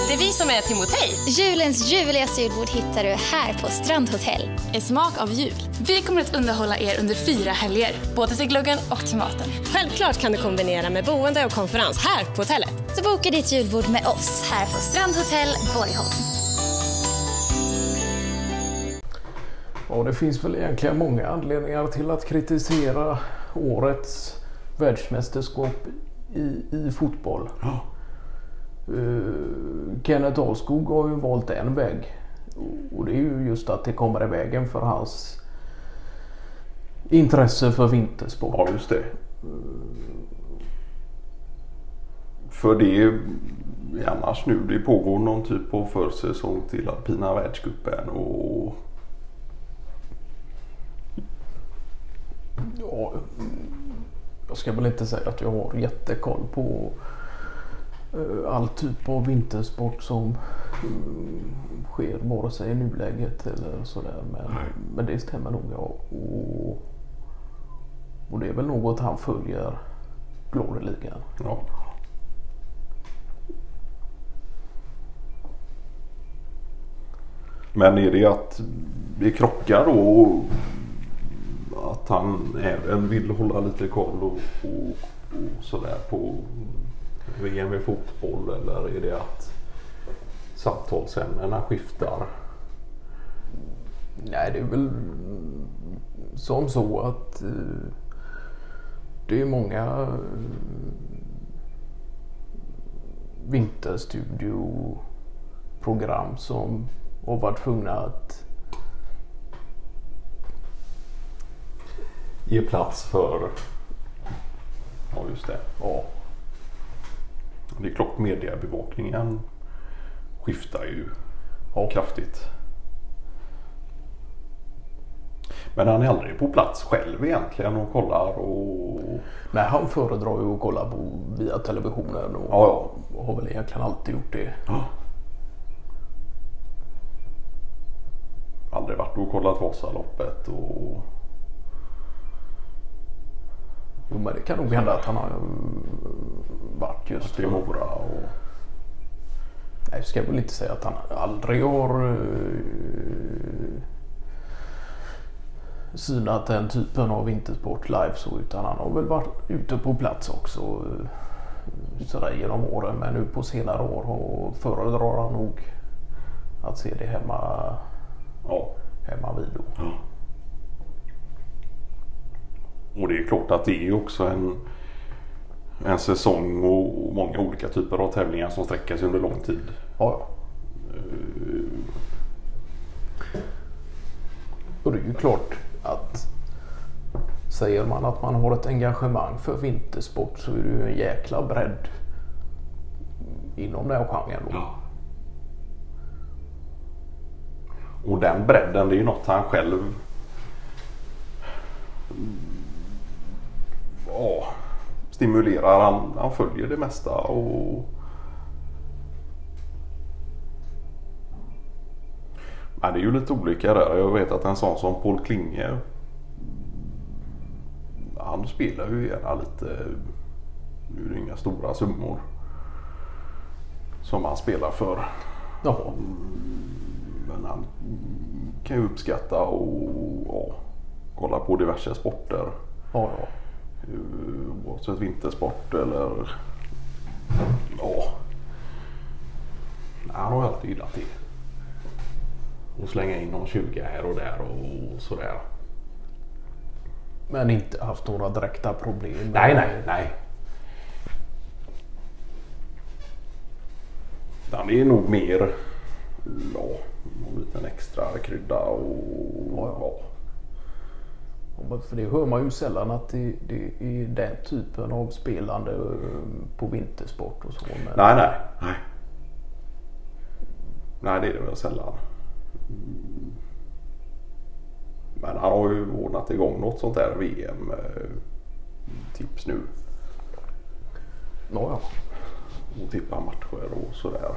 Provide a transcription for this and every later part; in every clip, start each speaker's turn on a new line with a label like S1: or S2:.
S1: Det är vi som är Timotej.
S2: Julens ljuvligaste julbord hittar du här på Strandhotell.
S3: En smak av jul. Vi kommer att underhålla er under 4 helger, både till glöggen och till maten.
S1: Självklart kan du kombinera med boende och konferens här på hotellet.
S2: Så boka ditt julbord med oss här på Strandhotell Borgholm.
S4: Ja, det finns väl egentligen många anledningar till att kritisera årets världsmästerskap i fotboll.
S5: Ja.
S4: Kenneth Ahlskog har ju valt en väg, och det är ju just att det kommer i vägen för hans intresse för vintersport.
S5: Ja, just det. För det är annars nu, det pågår någon typ av försäsong till alpina världscupen och
S4: ja, jag ska väl inte säga att jag har jättekoll på all typ av vintersport som sker vare sig i nuläget eller sådär, men det stämmer nog, ja. Och det är väl något han följer gladeligen.
S5: ja. Men är det att det krockar då, att han även vill hålla lite koll och sådär på VM i fotboll, eller är det att samtalsämnena skiftar?
S4: Nej, det är väl som så att det är många vinterstudioprogram som har varit tvungna att
S5: Ge plats för, ja just det,
S4: ja.
S5: Det är klart, mediebevakningen skiftar ju kraftigt. Men han är aldrig på plats själv egentligen och kollar och...
S4: Nej, han föredrar ju att kolla på via televisionen och har väl egentligen alltid gjort det.
S5: Ja. Aldrig varit och kollat Vasaloppet och...
S4: Jo, men det kan nog hända att han har varit just
S5: i Mora och...
S4: Nej, jag ska väl inte säga att han aldrig har synat den typen av vintersport live så, utan han har väl varit ute på plats också sådär genom åren, men nu på senare år föredrar han nog att se det hemma vid då.
S5: Ja. Och det är klart att det är också en säsong och många olika typer av tävlingar som sträcker sig under lång tid.
S4: Ja. Och det är ju klart att säger man att man har ett engagemang för vintersport så är det ju en jäkla bredd inom den genren då.
S5: Ja. Och den bredden, det är ju något han själv stimulerar. Han följer det mesta och men det är ju lite olika där. Jag vet att en sån som Paul Klinge, han spelar ju gärna lite, nu är det inga stora summor som han spelar för.
S4: Jaha.
S5: Men han kan ju uppskatta och kolla på diverse sporter.
S4: Ja.
S5: Oavsett vintersport eller han har ju alltid gillat det. Och slänga in någon 20 här och där och sådär.
S4: Men inte haft några direkta problem?
S5: Nej. Den är nog mer någon liten extra krydda och
S4: För det hör man ju sällan att det är den typen av spelande på vintersport och så. Men...
S5: Nej, det är det väl sällan. Men han har ju ordnat igång något sånt där VM-tips nu.
S4: Ja.
S5: Och tippa matcher och sådär.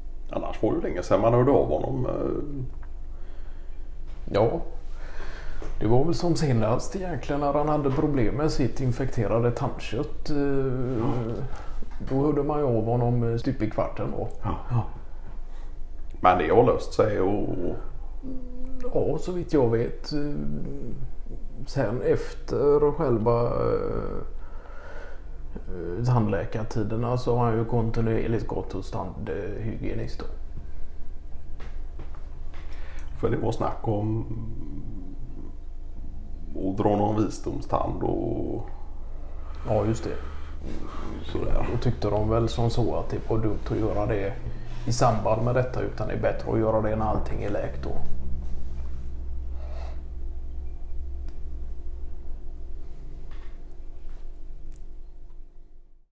S5: Annars var det ju länge sedan man hörde av honom.
S4: Ja. Det var väl som senast egentligen när han hade problem med sitt infekterade tandkött. Då hörde man ju av honom stup i kvarten då.
S5: Ja. Men det har löst sig och...
S4: Ja, så vitt jag vet. Sen efter själva tandläkartiderna så har han ju kontinuerligt gått hos tandhygienist då.
S5: För det var snack om att dra någon visdomstand och...
S4: Ja, just det.
S5: Sådär.
S4: Då tyckte de väl som så att det var dumt att göra det i samband med detta, utan det är bättre att göra det när allting är läkt då.